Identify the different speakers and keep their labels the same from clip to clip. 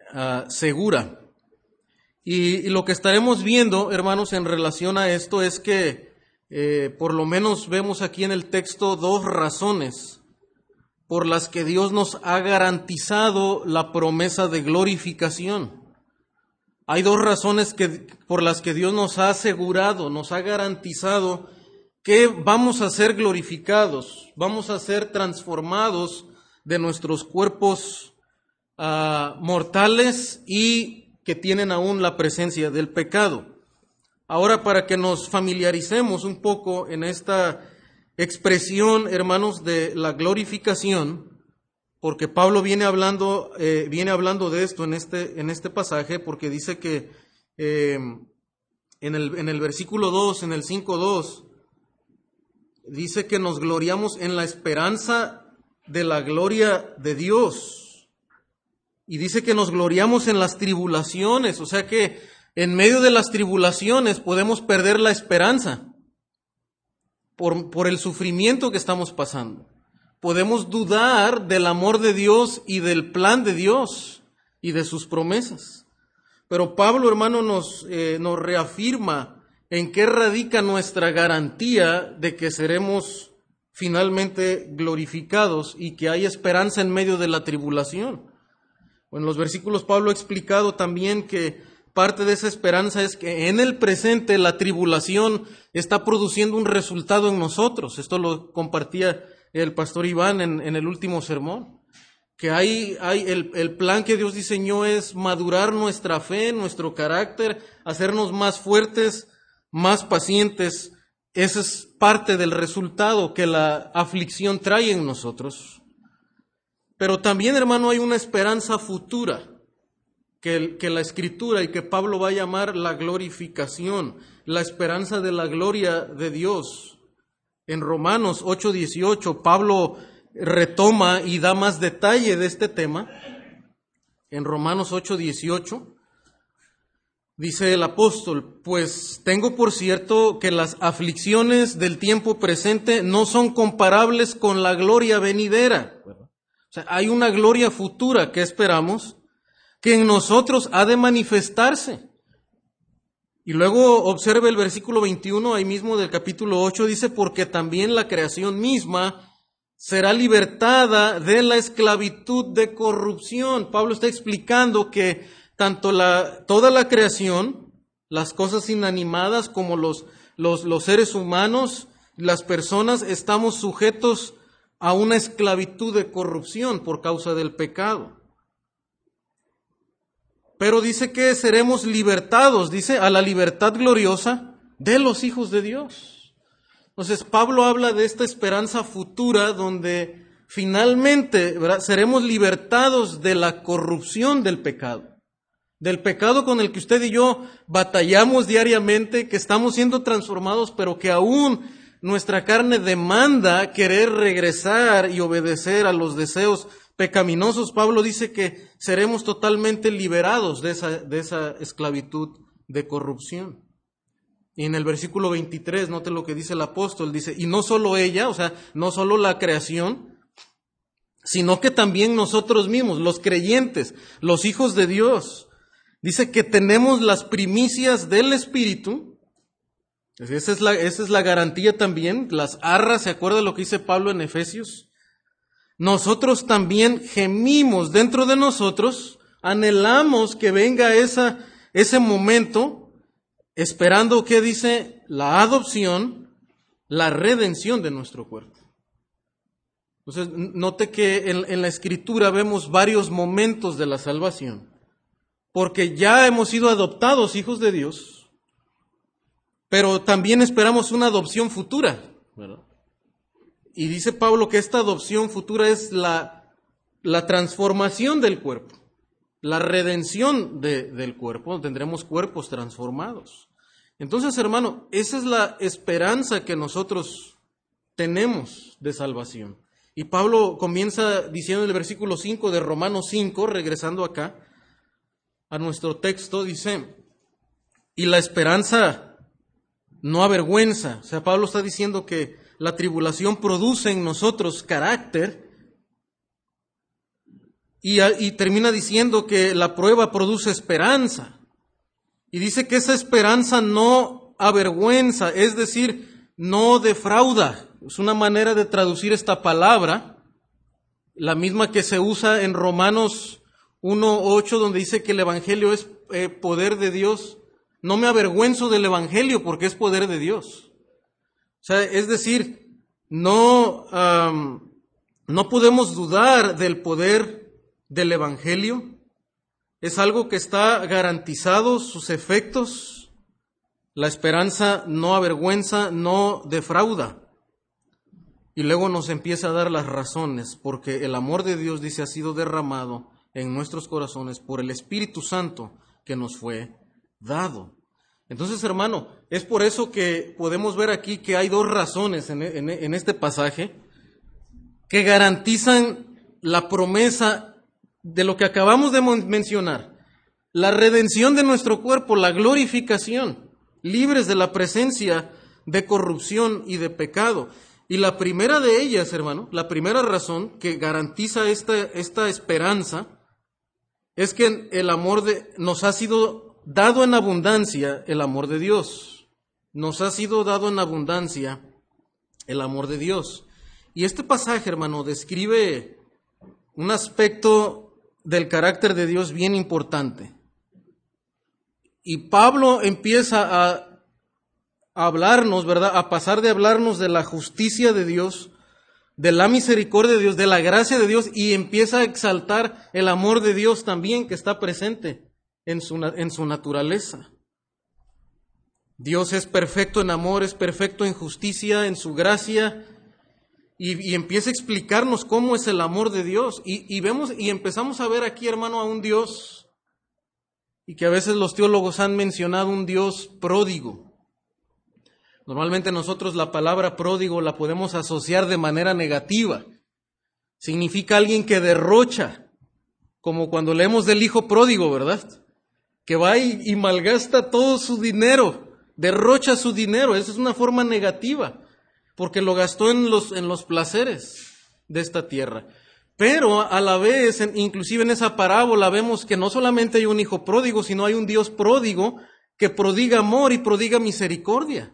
Speaker 1: segura. Y lo que estaremos viendo, hermanos, en relación a esto es que por lo menos vemos aquí en el texto dos razones por las que Dios nos ha garantizado la promesa de glorificación. Hay dos razones por las que Dios nos ha asegurado, nos ha garantizado que vamos a ser glorificados, vamos a ser transformados de nuestros cuerpos mortales y que tienen aún la presencia del pecado. Ahora, para que nos familiaricemos un poco en esta expresión, hermanos, de la glorificación, porque Pablo viene hablando de esto en este pasaje, porque dice que en el versículo 2, en el 5:2, dice que nos gloriamos en la esperanza de la gloria de Dios. Y dice que nos gloriamos en las tribulaciones, o sea que en medio de las tribulaciones podemos perder la esperanza por el sufrimiento que estamos pasando. Podemos dudar del amor de Dios y del plan de Dios y de sus promesas. Pero Pablo, hermano, nos reafirma en qué radica nuestra garantía de que seremos finalmente glorificados y que hay esperanza en medio de la tribulación. En los versículos Pablo ha explicado también que parte de esa esperanza es que en el presente la tribulación está produciendo un resultado en nosotros. Esto lo compartía el pastor Iván en el último sermón. Que hay el plan que Dios diseñó es madurar nuestra fe, nuestro carácter, hacernos más fuertes, más pacientes. Esa es parte del resultado que la aflicción trae en nosotros. Pero también, hermano, hay una esperanza futura que la Escritura y que Pablo va a llamar la glorificación, la esperanza de la gloria de Dios. En Romanos 8:18, Pablo retoma y da más detalle de este tema. En Romanos 8:18 dice el apóstol: pues tengo por cierto que las aflicciones del tiempo presente no son comparables con la gloria venidera. O sea, hay una gloria futura que esperamos, que en nosotros ha de manifestarse. Y luego observe el versículo 21, ahí mismo del capítulo 8, dice: porque también la creación misma será libertada de la esclavitud de corrupción. Pablo está explicando que tanto toda la creación, las cosas inanimadas como los seres humanos, las personas, estamos sujetos a una esclavitud de corrupción por causa del pecado. Pero dice que seremos libertados, dice, a la libertad gloriosa de los hijos de Dios. Entonces Pablo habla de esta esperanza futura donde finalmente, ¿verdad?, seremos libertados de la corrupción del pecado con el que usted y yo batallamos diariamente, que estamos siendo transformados, pero que aún nuestra carne demanda querer regresar y obedecer a los deseos pecaminosos. Pablo dice que seremos totalmente liberados de esa esclavitud de corrupción. Y en el versículo 23, note lo que dice el apóstol, dice: y no solo ella, o sea, no solo la creación, sino que también nosotros mismos, los creyentes, los hijos de Dios. Dice que tenemos las primicias del Espíritu. Esa es la garantía también, las arras. ¿Se acuerda lo que dice Pablo en Efesios? Nosotros también gemimos dentro de nosotros, anhelamos que venga ese momento, esperando, ¿qué dice? La adopción, la redención de nuestro cuerpo. Entonces, note que en la Escritura vemos varios momentos de la salvación, porque ya hemos sido adoptados hijos de Dios, pero también esperamos una adopción futura, ¿verdad? Y dice Pablo que esta adopción futura es la transformación del cuerpo, la redención del cuerpo. Tendremos cuerpos transformados. Entonces, hermano, esa es la esperanza que nosotros tenemos de salvación. Y Pablo comienza diciendo en el versículo 5 de Romanos 5, regresando acá a nuestro texto, dice: y la esperanza no avergüenza. O sea, Pablo está diciendo que la tribulación produce en nosotros carácter, Y termina diciendo que la prueba produce esperanza. Y dice que esa esperanza no avergüenza, es decir, no defrauda. Es una manera de traducir esta palabra, la misma que se usa en Romanos 1:8, donde dice que el Evangelio es poder de Dios. No me avergüenzo del Evangelio porque es poder de Dios. O sea, es decir, no podemos dudar del poder del Evangelio. Es algo que está garantizado, sus efectos. La esperanza no avergüenza, no defrauda. Y luego nos empieza a dar las razones, porque el amor de Dios, dice, ha sido derramado en nuestros corazones por el Espíritu Santo que nos fue dado. Entonces, hermano, es por eso que podemos ver aquí que hay dos razones en este pasaje que garantizan la promesa de lo que acabamos de mencionar, la redención de nuestro cuerpo, la glorificación, libres de la presencia de corrupción y de pecado. Y la primera de ellas, hermano, la primera razón que garantiza esta esperanza es que nos ha sido dado en abundancia el amor de Dios. Nos ha sido dado en abundancia el amor de Dios. Y este pasaje, hermano, describe un aspecto del carácter de Dios bien importante. Y Pablo empieza a hablarnos, ¿verdad? A pasar de hablarnos de la justicia de Dios, de la misericordia de Dios, de la gracia de Dios, y empieza a exaltar el amor de Dios también que está presente en su naturaleza. Dios es perfecto en amor, es perfecto en justicia, en su gracia, y empieza a explicarnos cómo es el amor de Dios. Y vemos y empezamos a ver aquí, hermano, a un Dios, y que a veces los teólogos han mencionado un Dios pródigo. Normalmente nosotros la palabra pródigo la podemos asociar de manera negativa. Significa alguien que derrocha, como cuando leemos del hijo pródigo, ¿verdad? Que va y malgasta todo su dinero, derrocha su dinero. Esa es una forma negativa, porque lo gastó en los placeres de esta tierra. Pero a la vez, inclusive en esa parábola, vemos que no solamente hay un hijo pródigo, sino hay un Dios pródigo que prodiga amor y prodiga misericordia.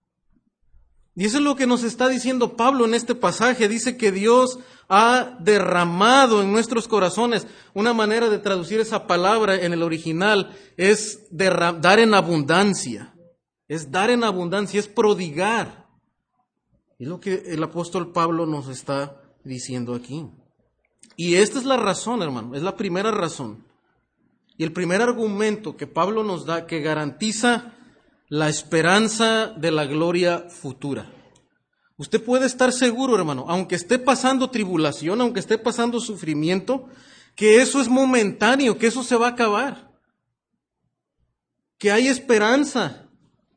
Speaker 1: Y eso es lo que nos está diciendo Pablo en este pasaje. Dice que Dios ha derramado en nuestros corazones. Una manera de traducir esa palabra en el original es dar en abundancia. Es dar en abundancia, es prodigar. Y lo que el apóstol Pablo nos está diciendo aquí. Y esta es la razón, hermano, es la primera razón. Y el primer argumento que Pablo nos da que garantiza la esperanza de la gloria futura. Usted puede estar seguro, hermano, aunque esté pasando tribulación, aunque esté pasando sufrimiento, que eso es momentáneo, que eso se va a acabar. Que hay esperanza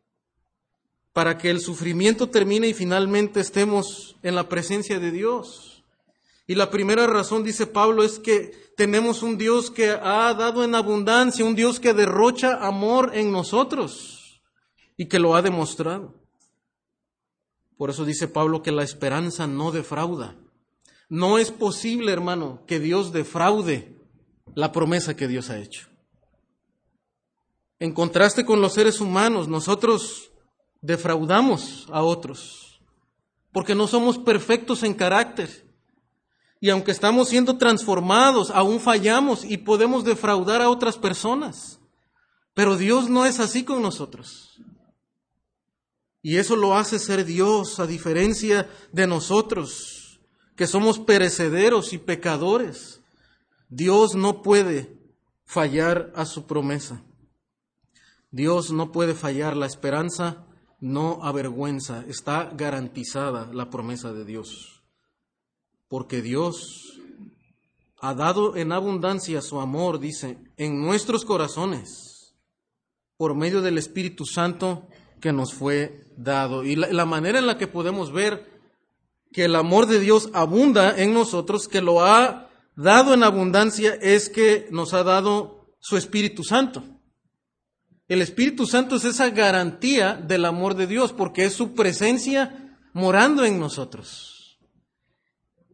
Speaker 1: para que el sufrimiento termine y finalmente estemos en la presencia de Dios. Y la primera razón, dice Pablo, es que tenemos un Dios que ha dado en abundancia, un Dios que derrocha amor en nosotros y que lo ha demostrado. Por eso dice Pablo que la esperanza no defrauda. No es posible, hermano, que Dios defraude la promesa que Dios ha hecho. En contraste con los seres humanos, nosotros defraudamos a otros, porque no somos perfectos en carácter. Y aunque estamos siendo transformados, aún fallamos y podemos defraudar a otras personas. Pero Dios no es así con nosotros. Y eso lo hace ser Dios, a diferencia de nosotros, que somos perecederos y pecadores. Dios no puede fallar a su promesa. Dios no puede fallar, la esperanza no avergüenza, está garantizada la promesa de Dios. Porque Dios ha dado en abundancia su amor, dice, en nuestros corazones, por medio del Espíritu Santo que nos fue dado. Y la manera en la que podemos ver que el amor de Dios abunda en nosotros, que lo ha dado en abundancia, es que nos ha dado su Espíritu Santo. El Espíritu Santo es esa garantía del amor de Dios, porque es su presencia morando en nosotros.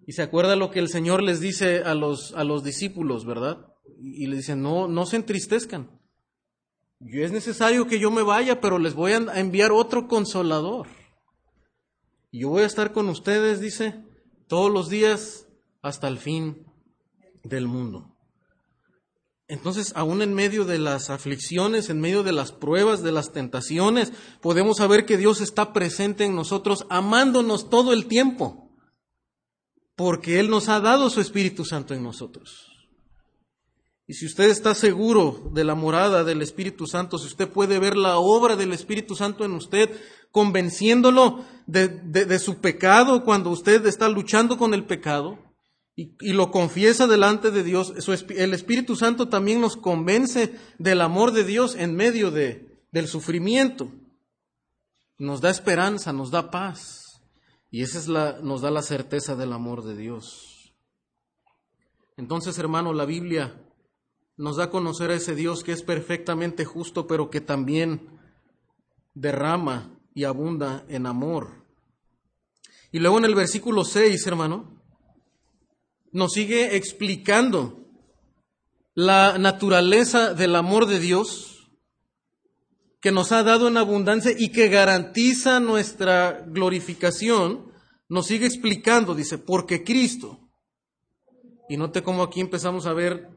Speaker 1: Y se acuerda lo que el Señor les dice a los discípulos, ¿verdad? Y les dice, no se entristezcan. Es necesario que yo me vaya, pero les voy a enviar otro consolador. Y yo voy a estar con ustedes, dice, todos los días hasta el fin del mundo. Entonces, aún en medio de las aflicciones, en medio de las pruebas, de las tentaciones, podemos saber que Dios está presente en nosotros, amándonos todo el tiempo, porque Él nos ha dado su Espíritu Santo en nosotros. Y si usted está seguro de la morada del Espíritu Santo, si usted puede ver la obra del Espíritu Santo en usted, convenciéndolo de su pecado cuando usted está luchando con el pecado, y lo confiesa delante de Dios, el Espíritu Santo también nos convence del amor de Dios en medio del sufrimiento. Nos da esperanza, nos da paz. Y esa nos da la certeza del amor de Dios. Entonces, hermano, la Biblia nos da a conocer a ese Dios que es perfectamente justo, pero que también derrama y abunda en amor. Y luego en el versículo 6, hermano, nos sigue explicando la naturaleza del amor de Dios que nos ha dado en abundancia y que garantiza nuestra glorificación. Nos sigue explicando, dice, porque Cristo. Y note cómo aquí empezamos a ver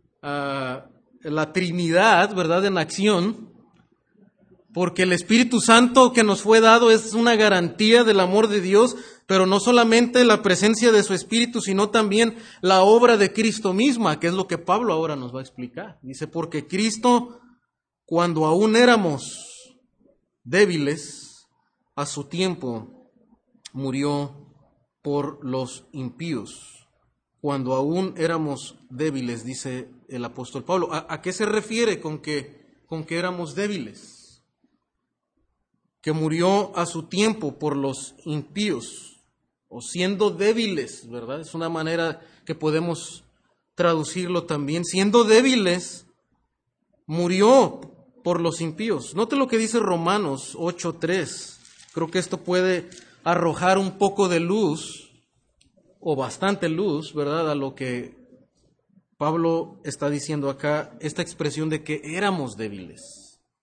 Speaker 1: la Trinidad, ¿verdad?, en acción. Porque el Espíritu Santo que nos fue dado es una garantía del amor de Dios, pero no solamente la presencia de su Espíritu, sino también la obra de Cristo misma, que es lo que Pablo ahora nos va a explicar. Dice, porque Cristo, cuando aún éramos débiles, a su tiempo murió por los impíos. Cuando aún éramos débiles, dice el apóstol Pablo. ¿A qué se refiere con que éramos débiles? Que murió a su tiempo por los impíos, o siendo débiles, ¿verdad? Es una manera que podemos traducirlo también. Siendo débiles, murió por los impíos. Note lo que dice Romanos 8:3. Creo que esto puede arrojar un poco de luz, o bastante luz, ¿verdad?, a lo que Pablo está diciendo acá, esta expresión de que éramos débiles.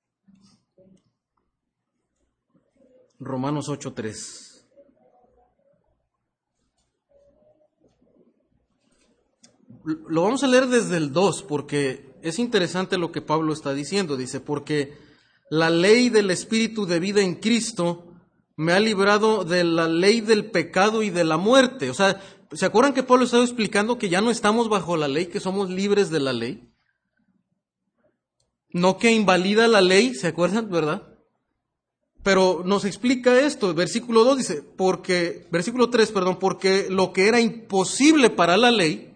Speaker 1: Romanos 8:3. Lo vamos a leer desde el 2 porque es interesante lo que Pablo está diciendo. Dice, porque la ley del Espíritu de vida en Cristo me ha librado de la ley del pecado y de la muerte. O sea, ¿se acuerdan que Pablo estaba explicando que ya no estamos bajo la ley, que somos libres de la ley? No que invalida la ley, ¿se acuerdan, verdad? Pero nos explica esto, versículo 2 dice, versículo 3, porque lo que era imposible para la ley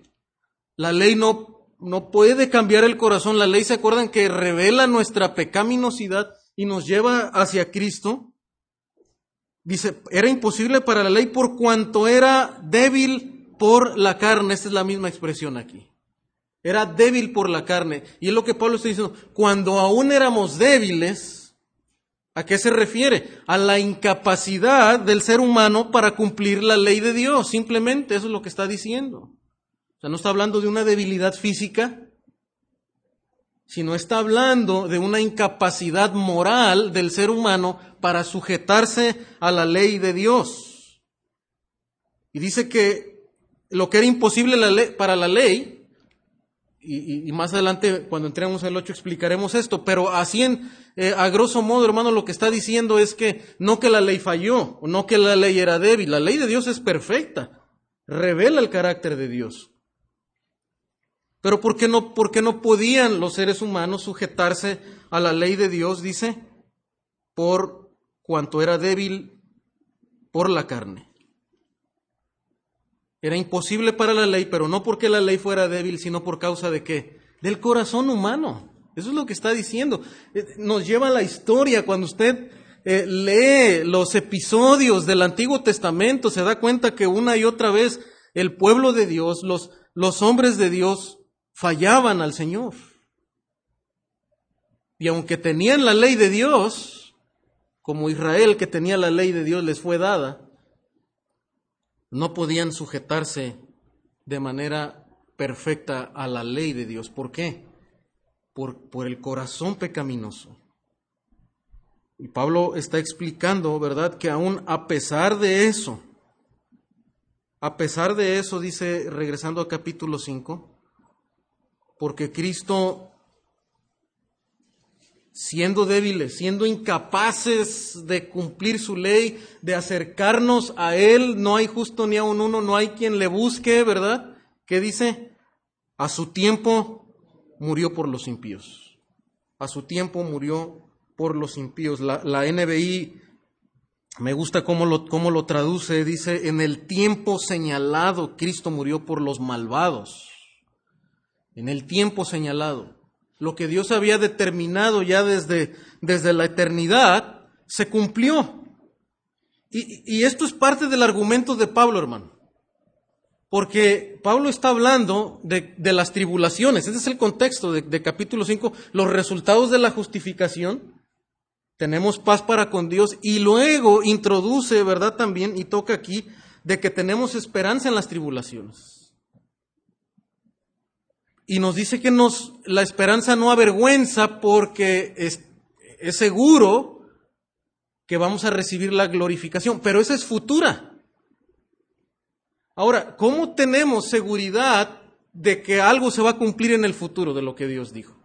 Speaker 1: no puede cambiar el corazón. La ley, ¿se acuerdan que revela nuestra pecaminosidad y nos lleva hacia Cristo? Dice, era imposible para la ley por cuanto era débil por la carne. Esta es la misma expresión aquí. Era débil por la carne. Y es lo que Pablo está diciendo, cuando aún éramos débiles. ¿A qué se refiere? A la incapacidad del ser humano para cumplir la ley de Dios. Simplemente eso es lo que está diciendo. O sea, no está hablando de una debilidad física, sino está hablando de una incapacidad moral del ser humano para sujetarse a la ley de Dios. Y dice que lo que era imposible para la ley, y más adelante cuando entremos al 8 explicaremos esto, pero así a grosso modo, hermano, lo que está diciendo es que no que la ley falló, o no que la ley era débil, la ley de Dios es perfecta, revela el carácter de Dios. Pero ¿por qué no podían los seres humanos sujetarse a la ley de Dios? Dice, por cuanto era débil por la carne. Era imposible para la ley, pero no porque la ley fuera débil, sino por causa de ¿qué? Del corazón humano. Eso es lo que está diciendo. Nos lleva a la historia. Cuando usted lee los episodios del Antiguo Testamento, se da cuenta que una y otra vez el pueblo de Dios, los hombres de Dios, fallaban al Señor. Y aunque tenían la ley de Dios, como Israel que tenía la ley de Dios les fue dada, no podían sujetarse de manera perfecta a la ley de Dios. ¿Por qué? Por el corazón pecaminoso. Y Pablo está explicando, ¿verdad?, que aún a pesar de eso, dice, regresando a capítulo 5, porque Cristo, siendo débiles, siendo incapaces de cumplir su ley, de acercarnos a Él, no hay justo ni aun uno, no hay quien le busque, ¿verdad? ¿Qué dice? A su tiempo murió por los impíos. A su tiempo murió por los impíos. La NBI, me gusta cómo lo traduce, dice, en el tiempo señalado Cristo murió por los malvados. En el tiempo señalado. Lo que Dios había determinado ya desde la eternidad, se cumplió. Y esto es parte del argumento de Pablo, hermano. Porque Pablo está hablando de las tribulaciones. Ese es el contexto de capítulo 5. Los resultados de la justificación. Tenemos paz para con Dios. Y luego introduce, ¿verdad?, también, y toca aquí, de que tenemos esperanza en las tribulaciones. Y nos dice que la esperanza no avergüenza porque es seguro que vamos a recibir la glorificación. Pero esa es futura. Ahora, ¿cómo tenemos seguridad de que algo se va a cumplir en el futuro de lo que Dios dijo?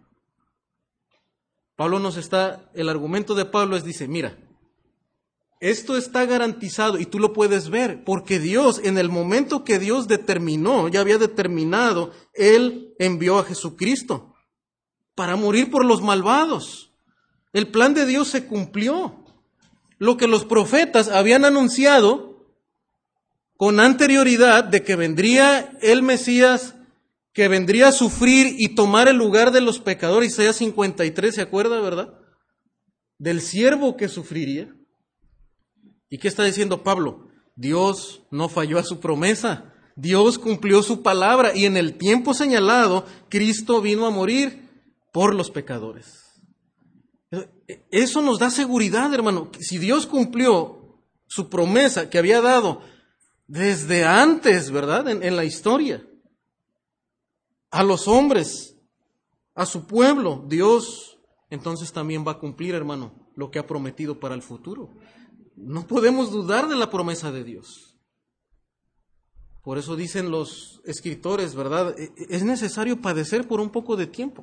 Speaker 1: El argumento de Pablo dice, mira, esto está garantizado y tú lo puedes ver, porque Dios, en el momento que Dios ya había determinado, Él envió a Jesucristo para morir por los malvados. El plan de Dios se cumplió. Lo que los profetas habían anunciado con anterioridad de que vendría el Mesías, que vendría a sufrir y tomar el lugar de los pecadores. Isaías 53, ¿se acuerda, verdad? Del siervo que sufriría. ¿Y qué está diciendo Pablo? Dios no falló a su promesa. Dios cumplió su palabra y en el tiempo señalado, Cristo vino a morir por los pecadores. Eso nos da seguridad, hermano. Si Dios cumplió su promesa que había dado desde antes, ¿verdad?, en la historia, a los hombres, a su pueblo, Dios entonces también va a cumplir, hermano, lo que ha prometido para el futuro. No podemos dudar de la promesa de Dios. Por eso dicen los escritores, ¿verdad?, es necesario padecer por un poco de tiempo,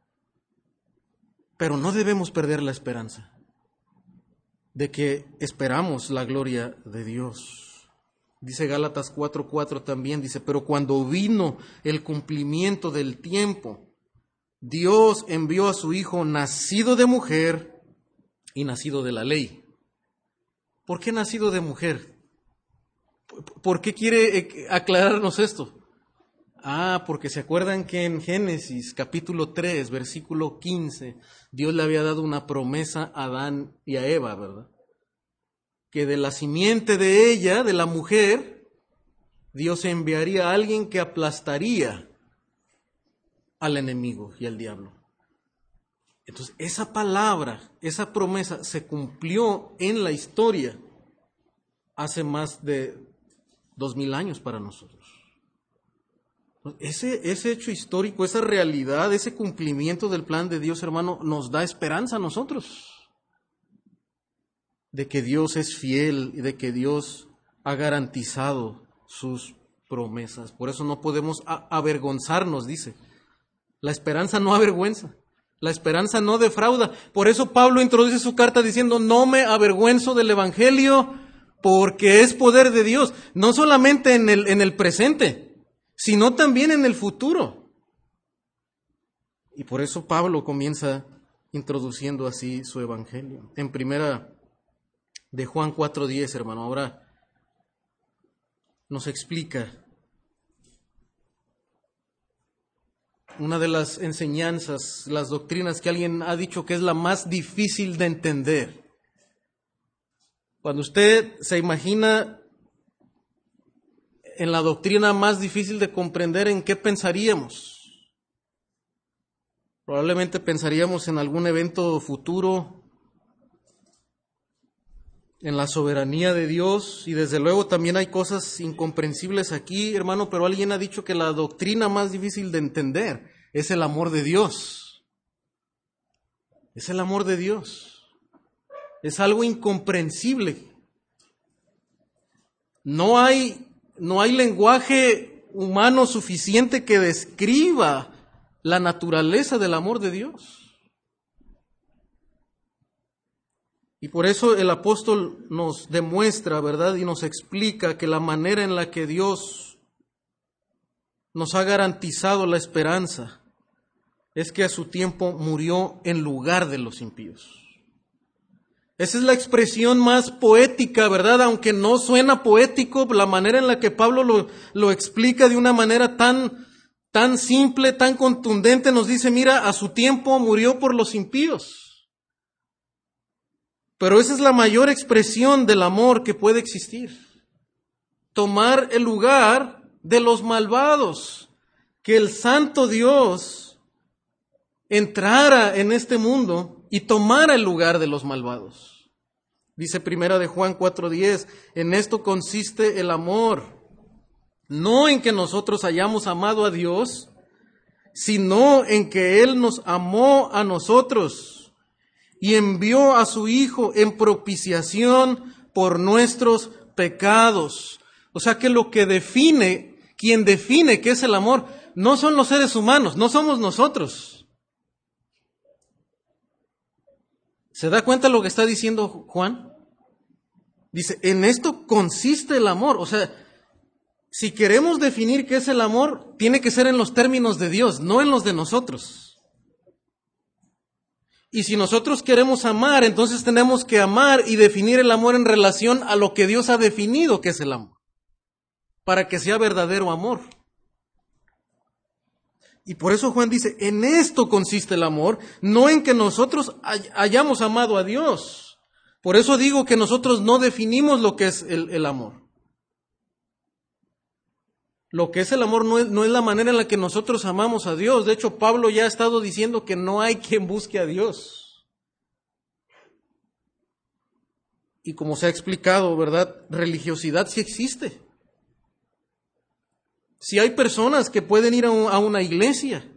Speaker 1: pero no debemos perder la esperanza de que esperamos la gloria de Dios. Dice Gálatas 4:4 también, dice, pero cuando vino el cumplimiento del tiempo, Dios envió a su Hijo nacido de mujer y nacido de la ley. ¿Por qué nacido de mujer? ¿Por qué quiere aclararnos esto? Porque se acuerdan que en Génesis capítulo 3, versículo 15, Dios le había dado una promesa a Adán y a Eva, ¿verdad? Que de la simiente de ella, de la mujer, Dios enviaría a alguien que aplastaría al enemigo y al diablo. Entonces, esa palabra, esa promesa se cumplió en la historia hace más de 2000 años para nosotros. Ese hecho histórico, esa realidad, ese cumplimiento del plan de Dios, hermano, nos da esperanza a nosotros de que Dios es fiel y de que Dios ha garantizado sus promesas. Por eso no podemos avergonzarnos, dice. La esperanza no avergüenza, la esperanza no defrauda. Por eso Pablo introduce su carta diciendo, no me avergüenzo del Evangelio, porque es poder de Dios, no solamente en el presente, sino también en el futuro. Y por eso Pablo comienza introduciendo así su Evangelio. En primera de Juan 4:10, hermano, ahora nos explica una de las enseñanzas, las doctrinas que alguien ha dicho que es la más difícil de entender. Cuando usted se imagina en la doctrina más difícil de comprender, ¿en qué pensaríamos? Probablemente pensaríamos en algún evento futuro, en la soberanía de Dios, y desde luego también hay cosas incomprensibles aquí, hermano, pero alguien ha dicho que la doctrina más difícil de entender es el amor de Dios. Es el amor de Dios. Es algo incomprensible. No hay lenguaje humano suficiente que describa la naturaleza del amor de Dios. Y por eso el apóstol nos demuestra, ¿verdad? Y nos explica que la manera en la que Dios nos ha garantizado la esperanza es que a su tiempo murió en lugar de los impíos. Esa es la expresión más poética, ¿verdad? Aunque no suena poético, la manera en la que Pablo lo explica de una manera tan simple, tan contundente, nos dice, mira, a su tiempo murió por los impíos. Pero esa es la mayor expresión del amor que puede existir. Tomar el lugar de los malvados. Que el santo Dios entrara en este mundo y tomara el lugar de los malvados. Dice Primera de Juan 4:10, en esto consiste el amor. No en que nosotros hayamos amado a Dios, sino en que Él nos amó a nosotros y envió a su Hijo en propiciación por nuestros pecados. O sea que quien define qué es el amor, no son los seres humanos, no somos nosotros. ¿Se da cuenta lo que está diciendo Juan? Dice, en esto consiste el amor. O sea, si queremos definir qué es el amor, tiene que ser en los términos de Dios, no en los de nosotros. Y si nosotros queremos amar, entonces tenemos que amar y definir el amor en relación a lo que Dios ha definido que es el amor, para que sea verdadero amor. Y por eso Juan dice, en esto consiste el amor, no en que nosotros hayamos amado a Dios. Por eso digo que nosotros no definimos lo que es el amor. Lo que es el amor no es la manera en la que nosotros amamos a Dios. De hecho, Pablo ya ha estado diciendo que no hay quien busque a Dios. Y como se ha explicado, ¿verdad? Religiosidad sí existe. Sí hay personas que pueden ir a una iglesia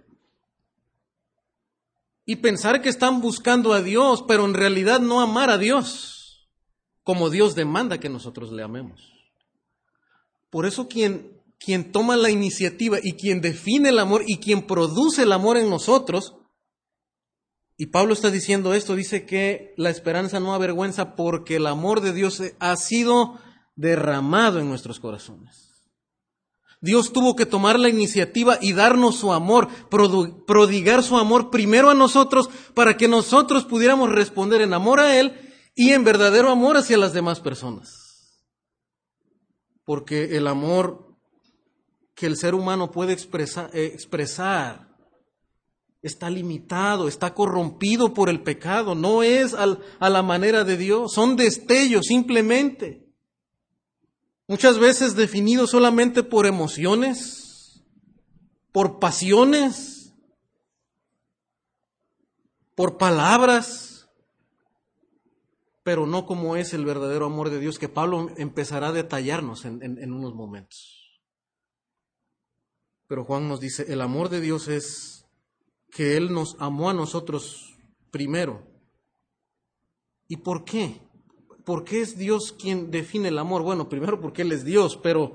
Speaker 1: y pensar que están buscando a Dios, pero en realidad no amar a Dios como Dios demanda que nosotros le amemos. Por eso quien toma la iniciativa y quien define el amor y quien produce el amor en nosotros, y Pablo está diciendo esto, dice que la esperanza no avergüenza porque el amor de Dios ha sido derramado en nuestros corazones. Dios tuvo que tomar la iniciativa y darnos su amor, prodigar su amor primero a nosotros para que nosotros pudiéramos responder en amor a Él y en verdadero amor hacia las demás personas. Porque el amor que el ser humano puede expresar está limitado, está corrompido por el pecado, no es a la manera de Dios, son destellos simplemente. Muchas veces definidos solamente por emociones, por pasiones, por palabras, pero no como es el verdadero amor de Dios que Pablo empezará a detallarnos en unos momentos. Pero Juan nos dice, el amor de Dios es que Él nos amó a nosotros primero. ¿Y por qué? ¿Por qué es Dios quien define el amor? Bueno, primero porque Él es Dios, pero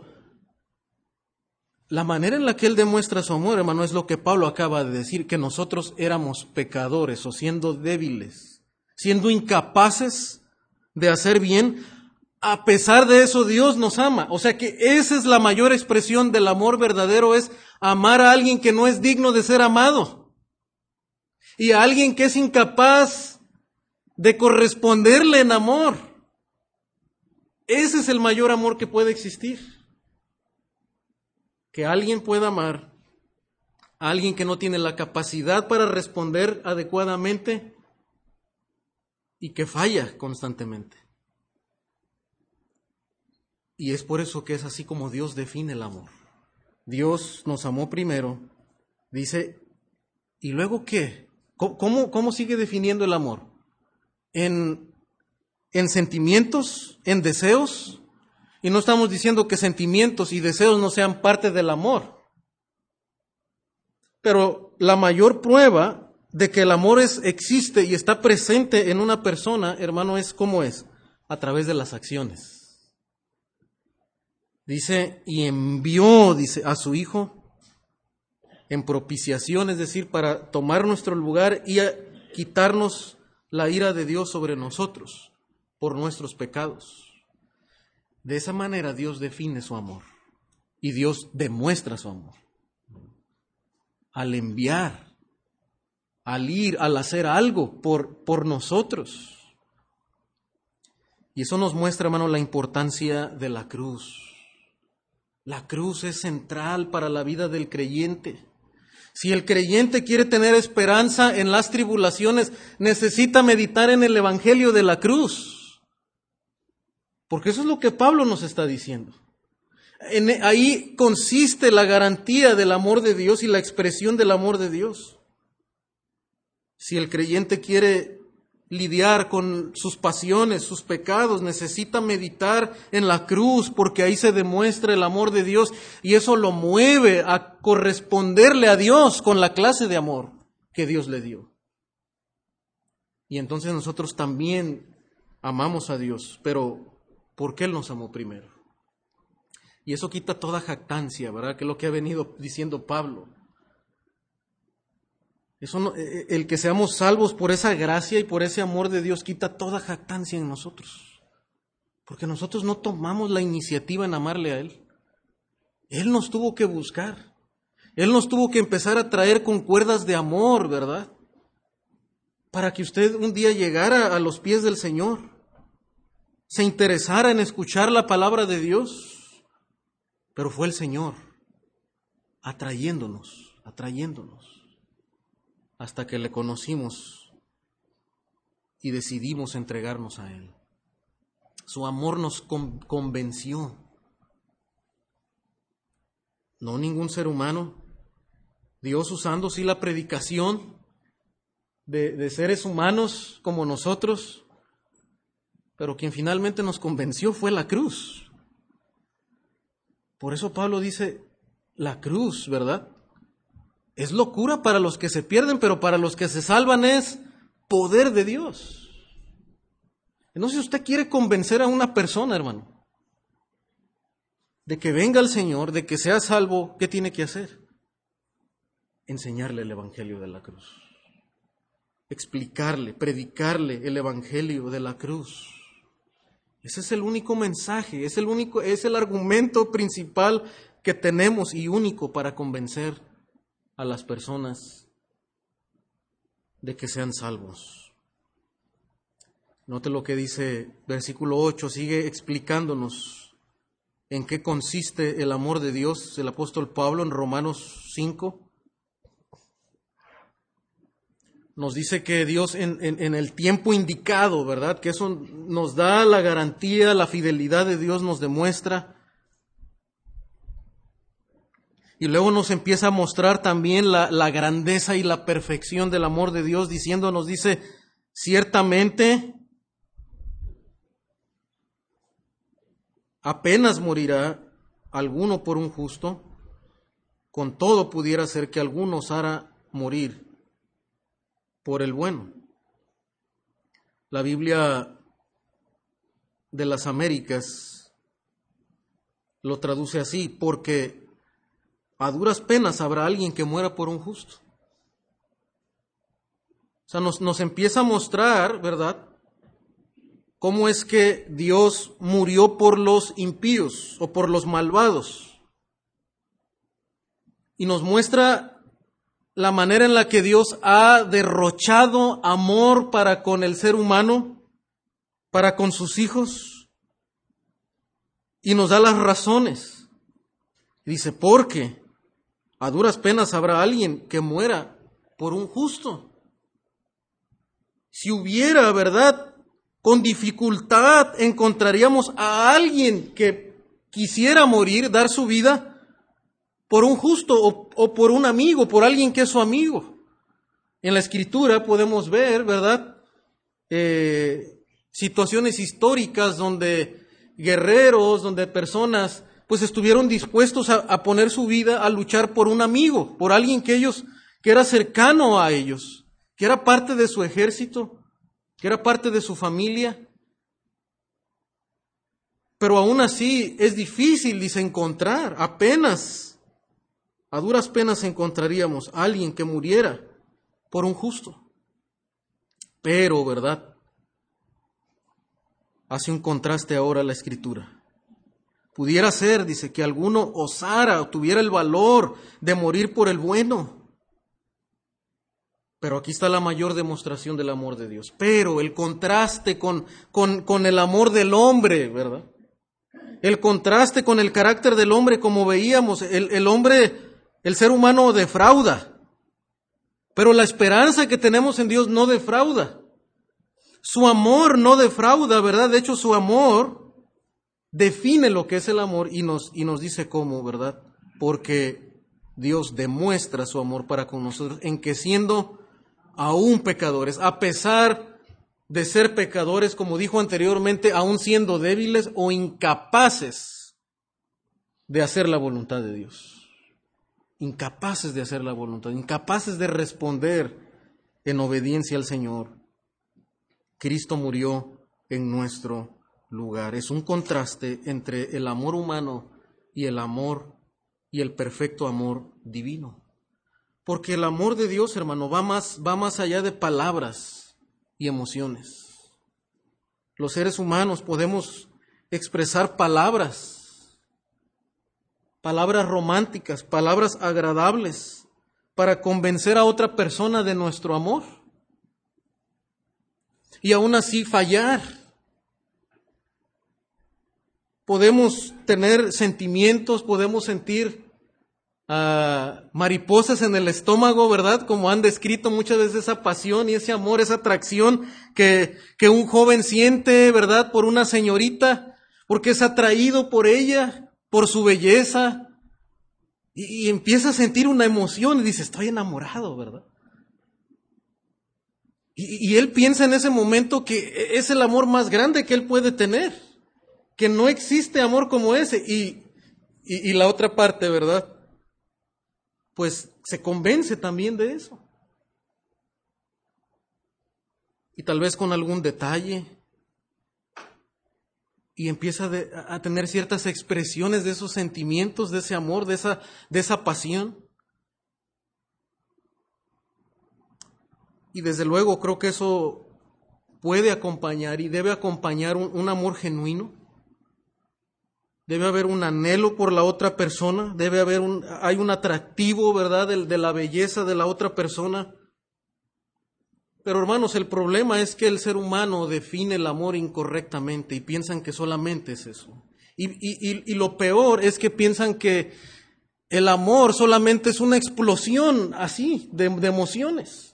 Speaker 1: la manera en la que Él demuestra su amor, hermano, es lo que Pablo acaba de decir, que nosotros éramos pecadores o siendo débiles, siendo incapaces de hacer bien. A pesar de eso, Dios nos ama. O sea que esa es la mayor expresión del amor verdadero, es amar a alguien que no es digno de ser amado. Y a alguien que es incapaz de corresponderle en amor. Ese es el mayor amor que puede existir. Que alguien pueda amar a alguien que no tiene la capacidad para responder adecuadamente y que falla constantemente. Y es por eso que es así como Dios define el amor. Dios nos amó primero, dice, ¿y luego qué? ¿Cómo sigue definiendo el amor? En en sentimientos, en deseos. Y no estamos diciendo que sentimientos y deseos no sean parte del amor. Pero la mayor prueba de que el amor existe y está presente en una persona, hermano, es ¿cómo es? A través de las acciones. Dice, y envió, dice, a su Hijo en propiciación, es decir, para tomar nuestro lugar y quitarnos la ira de Dios sobre nosotros por nuestros pecados. De esa manera Dios define su amor y Dios demuestra su amor. Al enviar, al ir, al hacer algo por nosotros. Y eso nos muestra, hermano, la importancia de la cruz. La cruz es central para la vida del creyente. Si el creyente quiere tener esperanza en las tribulaciones, necesita meditar en el Evangelio de la cruz. Porque eso es lo que Pablo nos está diciendo. Ahí consiste la garantía del amor de Dios y la expresión del amor de Dios. Si el creyente quiere lidiar con sus pasiones, sus pecados, necesita meditar en la cruz, porque ahí se demuestra el amor de Dios y eso lo mueve a corresponderle a Dios con la clase de amor que Dios le dio. Y entonces nosotros también amamos a Dios, pero ¿por qué Él nos amó primero? Y eso quita toda jactancia, ¿verdad? Que es lo que ha venido diciendo Pablo. Eso no, el que seamos salvos por esa gracia y por ese amor de Dios quita toda jactancia en nosotros. Porque nosotros no tomamos la iniciativa en amarle a Él. Él nos tuvo que buscar. Él nos tuvo que empezar a traer con cuerdas de amor, ¿verdad? Para que usted un día llegara a los pies del Señor. Se interesara en escuchar la palabra de Dios. Pero fue el Señor atrayéndonos. Hasta que le conocimos y decidimos entregarnos a Él. Su amor nos convenció. No ningún ser humano. Dios usando sí la predicación de seres humanos como nosotros, pero quien finalmente nos convenció fue la cruz. Por eso Pablo dice, la cruz, ¿verdad? Es locura para los que se pierden, pero para los que se salvan es poder de Dios. Entonces, si usted quiere convencer a una persona, hermano, de que venga al Señor, de que sea salvo, ¿qué tiene que hacer? Enseñarle el Evangelio de la cruz. Explicarle, predicarle el Evangelio de la cruz. Ese es el único mensaje, es el argumento principal que tenemos y único para convencer a las personas de que sean salvos. Note lo que dice versículo 8, sigue explicándonos en qué consiste el amor de Dios, el apóstol Pablo en Romanos 5. Nos dice que Dios en el tiempo indicado, ¿verdad? Que eso nos da la garantía, la fidelidad de Dios nos demuestra. Y luego nos empieza a mostrar también la grandeza y la perfección del amor de Dios, diciéndonos, dice, ciertamente apenas morirá alguno por un justo, con todo pudiera ser que alguno osara morir por el bueno. La Biblia de las Américas lo traduce así, porque a duras penas habrá alguien que muera por un justo. O sea, nos empieza a mostrar, ¿verdad?, cómo es que Dios murió por los impíos o por los malvados. Y nos muestra la manera en la que Dios ha derrochado amor para con el ser humano, para con sus hijos, y nos da las razones. Dice, porque a duras penas habrá alguien que muera por un justo. Si hubiera, ¿verdad?, con dificultad encontraríamos a alguien que quisiera morir, dar su vida por un justo o por un amigo, por alguien que es su amigo. En la Escritura podemos ver, ¿verdad?, situaciones históricas donde guerreros, donde personas pues estuvieron dispuestos a poner su vida a luchar por un amigo, por alguien que era cercano a ellos, que era parte de su ejército, que era parte de su familia. Pero aún así es difícil, dice, encontrar, a duras penas encontraríamos a alguien que muriera por un justo. Pero, ¿verdad? Hace un contraste ahora la Escritura. Pudiera ser, dice, que alguno osara o tuviera el valor de morir por el bueno. Pero aquí está la mayor demostración del amor de Dios. Pero el contraste con el amor del hombre, ¿verdad? El contraste con el carácter del hombre, como veíamos, el hombre, el ser humano defrauda. Pero la esperanza que tenemos en Dios no defrauda. Su amor no defrauda, ¿verdad? De hecho, su amor define lo que es el amor y nos dice cómo, ¿verdad? Porque Dios demuestra su amor para con nosotros en que siendo aún pecadores, a pesar de ser pecadores, como dijo anteriormente, aún siendo débiles o incapaces de hacer la voluntad de Dios. Incapaces de hacer la voluntad, incapaces de responder en obediencia al Señor. Cristo murió en nuestro lugar. Es un contraste entre el amor humano y el amor y el perfecto amor divino. Porque el amor de Dios, hermano, va más allá de palabras y emociones. Los seres humanos podemos expresar palabras románticas, palabras agradables, para convencer a otra persona de nuestro amor. Y aún así fallar. Podemos tener sentimientos, podemos sentir mariposas en el estómago, ¿verdad? Como han descrito muchas veces esa pasión y ese amor, esa atracción que un joven siente, ¿verdad? Por una señorita, porque es atraído por ella, por su belleza, y empieza a sentir una emoción y dice, estoy enamorado, ¿verdad? Y él piensa en ese momento que es el amor más grande que él puede tener, que no existe amor como ese. Y la otra parte, ¿verdad? Pues se convence también de eso. Y tal vez con algún detalle. Y empieza a tener ciertas expresiones de esos sentimientos, de ese amor, de esa pasión. Y desde luego creo que eso puede acompañar y debe acompañar un amor genuino. Debe haber un anhelo por la otra persona, hay un atractivo, ¿verdad?, de la belleza de la otra persona. Pero hermanos, el problema es que el ser humano define el amor incorrectamente y piensan que solamente es eso. Y lo peor es que piensan que el amor solamente es una explosión así de emociones.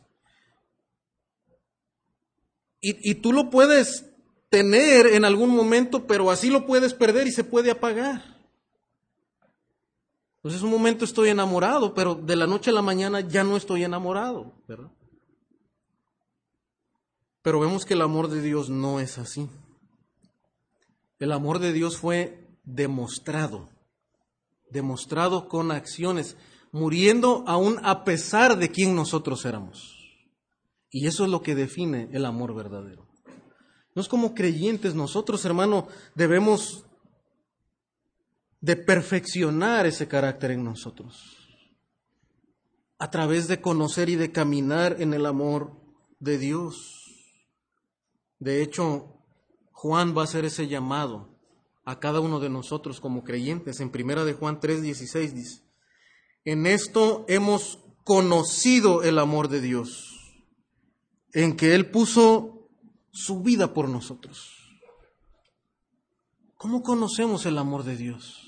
Speaker 1: Y tú lo puedes tener en algún momento, pero así lo puedes perder y se puede apagar. Entonces, un momento estoy enamorado, pero de la noche a la mañana ya no estoy enamorado, ¿verdad? Pero vemos que el amor de Dios no es así. El amor de Dios fue demostrado con acciones, muriendo aún a pesar de quien nosotros éramos. Y eso es lo que define el amor verdadero. No es como creyentes, nosotros, hermano, debemos de perfeccionar ese carácter en nosotros, a través de conocer y de caminar en el amor de Dios. De hecho, Juan va a hacer ese llamado a cada uno de nosotros como creyentes. En 1 de Juan 3:16 dice, en esto hemos conocido el amor de Dios, en que Él puso su vida por nosotros. ¿Cómo conocemos el amor de Dios?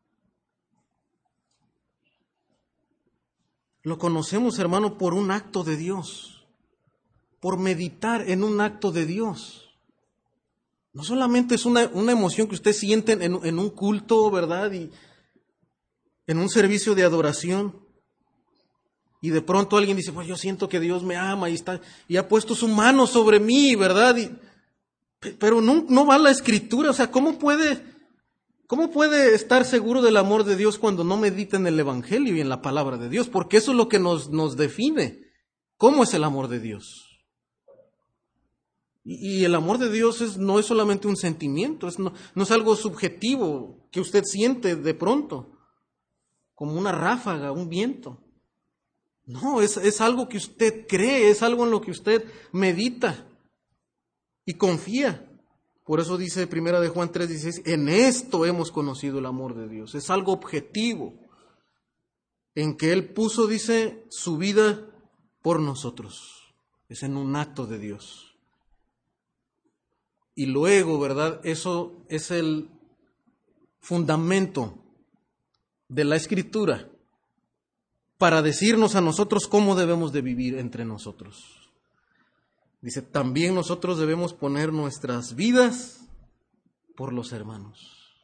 Speaker 1: Lo conocemos, hermano, por un acto de Dios, por meditar en un acto de Dios. No solamente es una emoción que usted siente en un culto, ¿verdad? Y en un servicio de adoración. Y de pronto alguien dice, pues yo siento que Dios me ama y ha puesto su mano sobre mí, ¿verdad? Pero no va la Escritura. O sea, ¿cómo puede estar seguro del amor de Dios cuando no medita en el Evangelio y en la palabra de Dios? Porque eso es lo que nos define. ¿Cómo es el amor de Dios? Y el amor de Dios no es solamente un sentimiento, no es algo subjetivo que usted siente de pronto, como una ráfaga, un viento. No, es algo que usted cree, es algo en lo que usted medita y confía. Por eso dice 1 de Juan 3:16, en esto hemos conocido el amor de Dios. Es algo objetivo, en que Él puso, dice, su vida por nosotros. Es en un acto de Dios. Y luego, ¿verdad? Eso es el fundamento de la Escritura para decirnos a nosotros cómo debemos de vivir entre nosotros. Dice, también nosotros debemos poner nuestras vidas por los hermanos.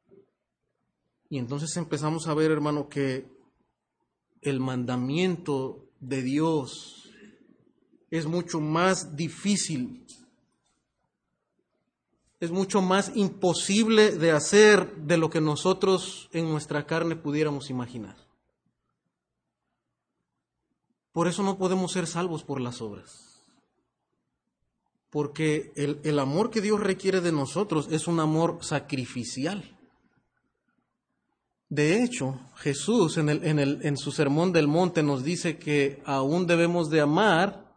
Speaker 1: Y entonces empezamos a ver, hermano, que el mandamiento de Dios es mucho más difícil. Es mucho más imposible de hacer de lo que nosotros en nuestra carne pudiéramos imaginar. Por eso no podemos ser salvos por las obras. Porque el amor que Dios requiere de nosotros es un amor sacrificial. De hecho, Jesús en su Sermón del Monte nos dice que aún debemos de amar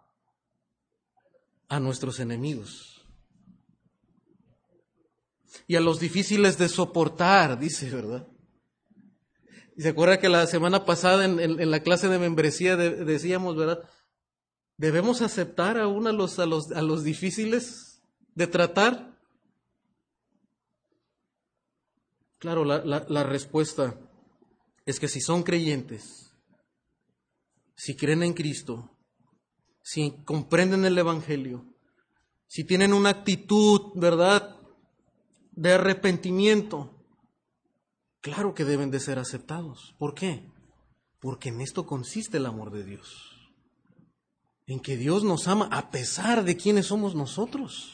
Speaker 1: a nuestros enemigos. Y a los difíciles de soportar, dice, ¿verdad? Y se acuerda que la semana pasada en la clase de membresía decíamos, ¿verdad? ¿Debemos aceptar aún a los difíciles de tratar? Claro, la respuesta es que si son creyentes, si creen en Cristo, si comprenden el Evangelio, si tienen una actitud, ¿verdad?, de arrepentimiento, claro que deben de ser aceptados. ¿Por qué? Porque en esto consiste el amor de Dios. En que Dios nos ama a pesar de quiénes somos nosotros.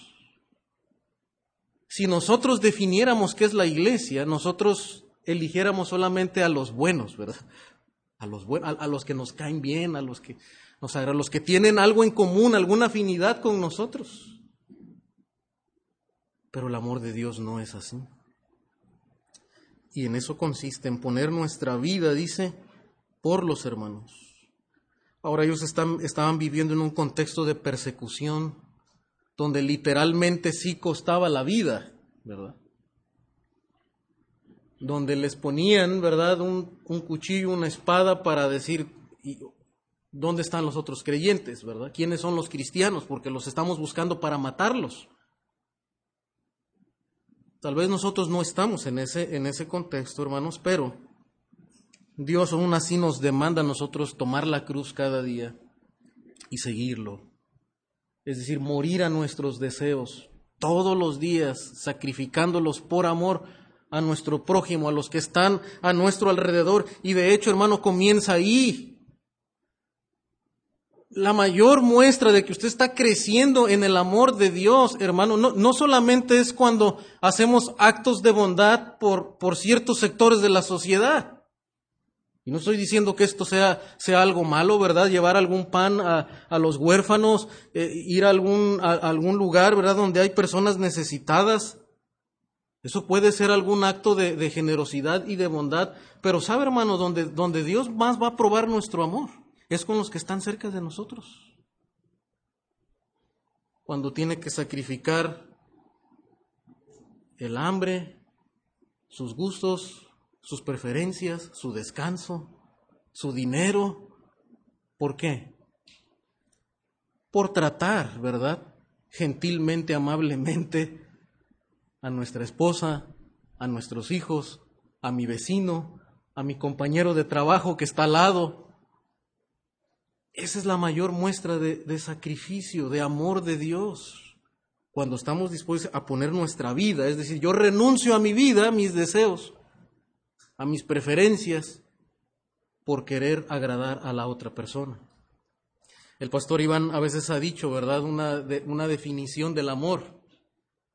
Speaker 1: Si nosotros definiéramos qué es la iglesia, nosotros eligiéramos solamente a los buenos, ¿verdad? A los que nos caen bien, a los que tienen algo en común, alguna afinidad con nosotros. Pero el amor de Dios no es así. Y en eso consiste, en poner nuestra vida, dice, por los hermanos. Ahora ellos estaban viviendo en un contexto de persecución, donde literalmente sí costaba la vida, ¿verdad? Donde les ponían, ¿verdad?, un cuchillo, una espada para decir, ¿dónde están los otros creyentes, verdad? ¿Quiénes son los cristianos? Porque los estamos buscando para matarlos. Tal vez nosotros no estamos en ese contexto, hermanos, pero Dios aún así nos demanda a nosotros tomar la cruz cada día y seguirlo. Es decir, morir a nuestros deseos todos los días, sacrificándolos por amor a nuestro prójimo, a los que están a nuestro alrededor. Y de hecho, hermano, comienza ahí. La mayor muestra de que usted está creciendo en el amor de Dios, hermano, no solamente es cuando hacemos actos de bondad por ciertos sectores de la sociedad. Y no estoy diciendo que esto sea algo malo, ¿verdad? Llevar algún pan a los huérfanos, ir a algún lugar, ¿verdad?, donde hay personas necesitadas. Eso puede ser algún acto de generosidad y de bondad. Pero sabe, hermano, donde Dios más va a probar nuestro amor es con los que están cerca de nosotros. Cuando tiene que sacrificar el hambre, sus gustos, sus preferencias, su descanso, su dinero. ¿Por qué? Por tratar, ¿verdad?, gentilmente, amablemente a nuestra esposa, a nuestros hijos, a mi vecino, a mi compañero de trabajo que está al lado. Esa es la mayor muestra de sacrificio, de amor de Dios. Cuando estamos dispuestos a poner nuestra vida, es decir, yo renuncio a mi vida, a mis deseos, a mis preferencias, por querer agradar a la otra persona. El pastor Iván a veces ha dicho, ¿verdad?, una definición del amor.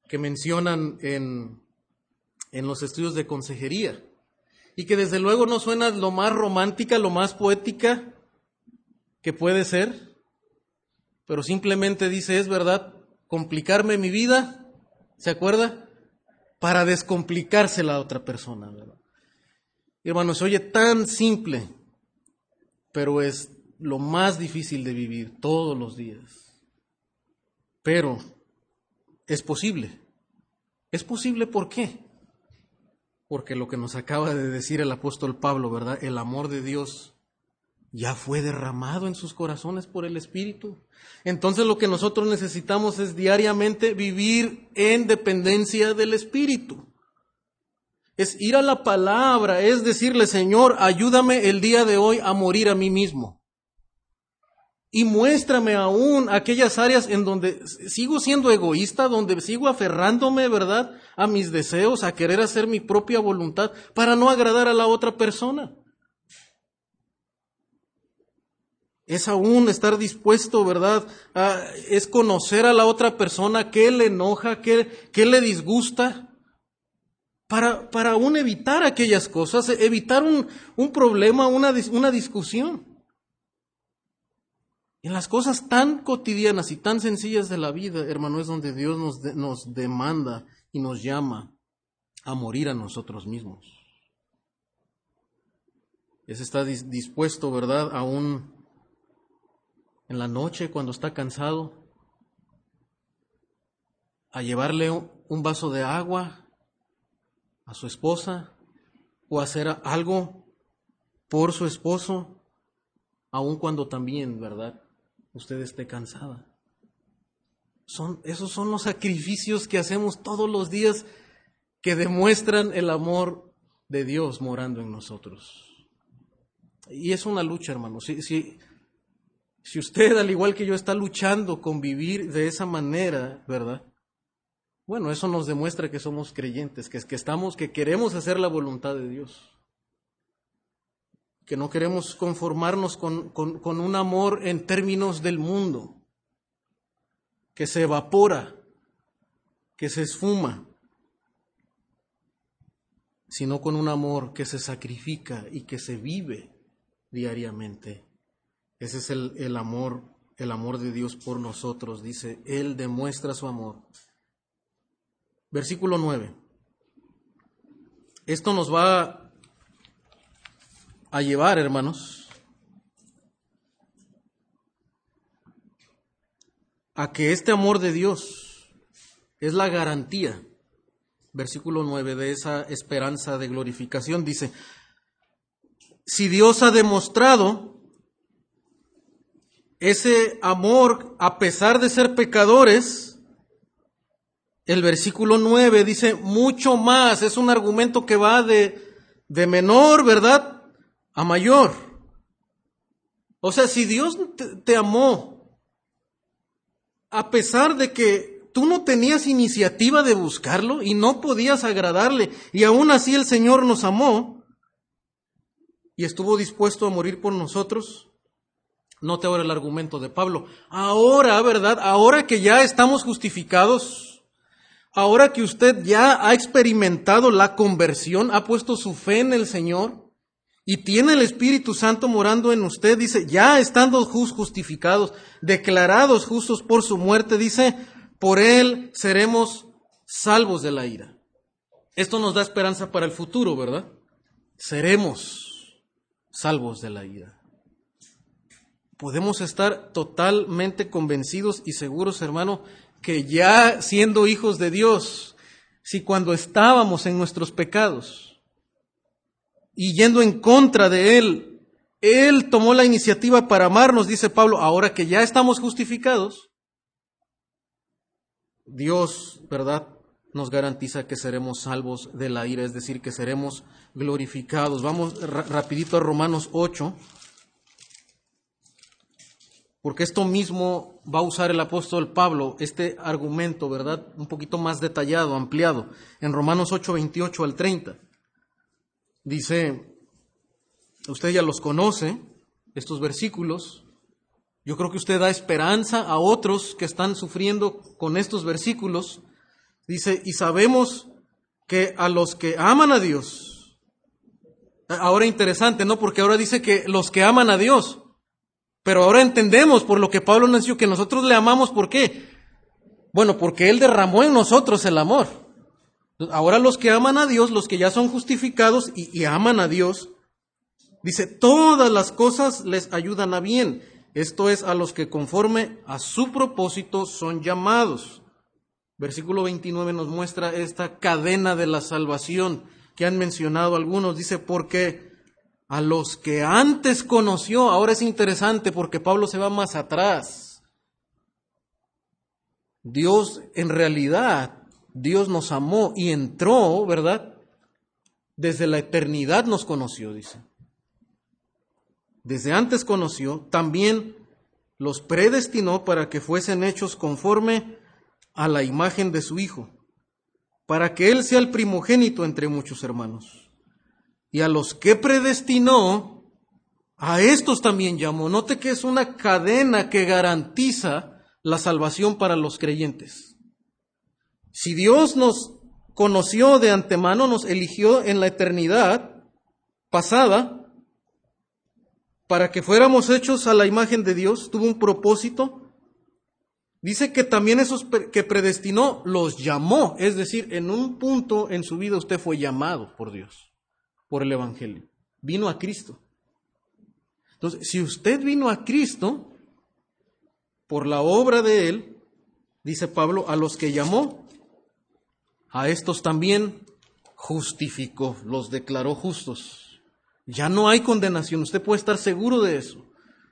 Speaker 1: que mencionan en los estudios de consejería, y que desde luego no suena lo más romántica, lo más poética que puede ser, pero simplemente dice, es verdad, complicarme mi vida, ¿se acuerda? Para descomplicarse la otra persona, ¿verdad? Hermanos, se oye tan simple, pero es lo más difícil de vivir todos los días. Pero es posible. ¿Es posible por qué? Porque lo que nos acaba de decir el apóstol Pablo, ¿verdad? El amor de Dios ya fue derramado en sus corazones por el Espíritu. Entonces lo que nosotros necesitamos es diariamente vivir en dependencia del Espíritu. Es ir a la palabra, es decirle, Señor, ayúdame el día de hoy a morir a mí mismo. Y muéstrame aún aquellas áreas en donde sigo siendo egoísta, donde sigo aferrándome, ¿verdad?, a mis deseos, a querer hacer mi propia voluntad para no agradar a la otra persona. Es aún estar dispuesto, ¿verdad?, es conocer a la otra persona, qué le enoja, qué le disgusta, para aún evitar aquellas cosas, evitar un problema, una discusión. En las cosas tan cotidianas y tan sencillas de la vida, hermano, es donde Dios nos demanda y nos llama a morir a nosotros mismos. Es estar dispuesto, ¿verdad?, aún en la noche cuando está cansado, a llevarle un vaso de agua a su esposa o hacer algo por su esposo, aun cuando también, ¿verdad?, usted esté cansada. Esos son los sacrificios que hacemos todos los días que demuestran el amor de Dios morando en nosotros. Y es una lucha, hermano. Si usted, al igual que yo, está luchando con vivir de esa manera, ¿verdad? Bueno, eso nos demuestra que somos creyentes, que queremos hacer la voluntad de Dios. Que no queremos conformarnos con un amor en términos del mundo, que se evapora, que se esfuma, sino con un amor que se sacrifica y que se vive diariamente. Ese es el amor de Dios por nosotros, dice, Él demuestra su amor. Versículo 9. Esto nos va a llevar, hermanos, a que este amor de Dios es la garantía, versículo 9, de esa esperanza de glorificación. Dice, si Dios ha demostrado ese amor a pesar de ser pecadores, el versículo 9 dice, mucho más, es un argumento que va de menor, ¿verdad?, a mayor. O sea, si Dios te amó, a pesar de que tú no tenías iniciativa de buscarlo y no podías agradarle, y aún así el Señor nos amó y estuvo dispuesto a morir por nosotros. Note ahora el argumento de Pablo. Ahora, ¿verdad?, ahora que ya estamos justificados, ahora que usted ya ha experimentado la conversión, ha puesto su fe en el Señor, y tiene el Espíritu Santo morando en usted, dice, ya estando justificados, declarados justos por su muerte, dice, por Él seremos salvos de la ira. Esto nos da esperanza para el futuro, ¿verdad? Seremos salvos de la ira. Podemos estar totalmente convencidos y seguros, hermano, que ya siendo hijos de Dios, si cuando estábamos en nuestros pecados, y yendo en contra de Él tomó la iniciativa para amarnos, dice Pablo, ahora que ya estamos justificados, Dios, ¿verdad?, nos garantiza que seremos salvos de la ira, es decir, que seremos glorificados. Vamos rapidito a Romanos 8, porque esto mismo va a usar el apóstol Pablo, este argumento, ¿verdad?, un poquito más detallado, ampliado, en Romanos 8, 28 al 30. Dice, usted ya los conoce, estos versículos. Yo creo que usted da esperanza a otros que están sufriendo con estos versículos. Dice, y sabemos que a los que aman a Dios, ahora interesante, ¿no? Porque ahora dice que los que aman a Dios, pero ahora entendemos por lo que Pablo nos dijo que nosotros le amamos, ¿por qué? Bueno, porque Él derramó en nosotros el amor. Ahora los que aman a Dios, los que ya son justificados y aman a Dios, dice, todas las cosas les ayudan a bien. Esto es, a los que conforme a su propósito son llamados. Versículo 29 nos muestra esta cadena de la salvación que han mencionado algunos. Dice, porque a los que antes conoció, ahora es interesante porque Pablo se va más atrás. Dios, en realidad, Dios nos amó y entró, ¿verdad? Desde la eternidad nos conoció, dice. Desde antes conoció, también los predestinó para que fuesen hechos conforme a la imagen de su Hijo, para que Él sea el primogénito entre muchos hermanos. Y a los que predestinó, a estos también llamó. Note que es una cadena que garantiza la salvación para los creyentes. Si Dios nos conoció de antemano, nos eligió en la eternidad pasada, para que fuéramos hechos a la imagen de Dios, tuvo un propósito. Dice que también esos que predestinó los llamó, es decir, en un punto en su vida usted fue llamado por Dios, por el Evangelio. Vino a Cristo. Entonces, si usted vino a Cristo, por la obra de Él, dice Pablo, a los que llamó, a estos también justificó, los declaró justos. Ya no hay condenación, usted puede estar seguro de eso.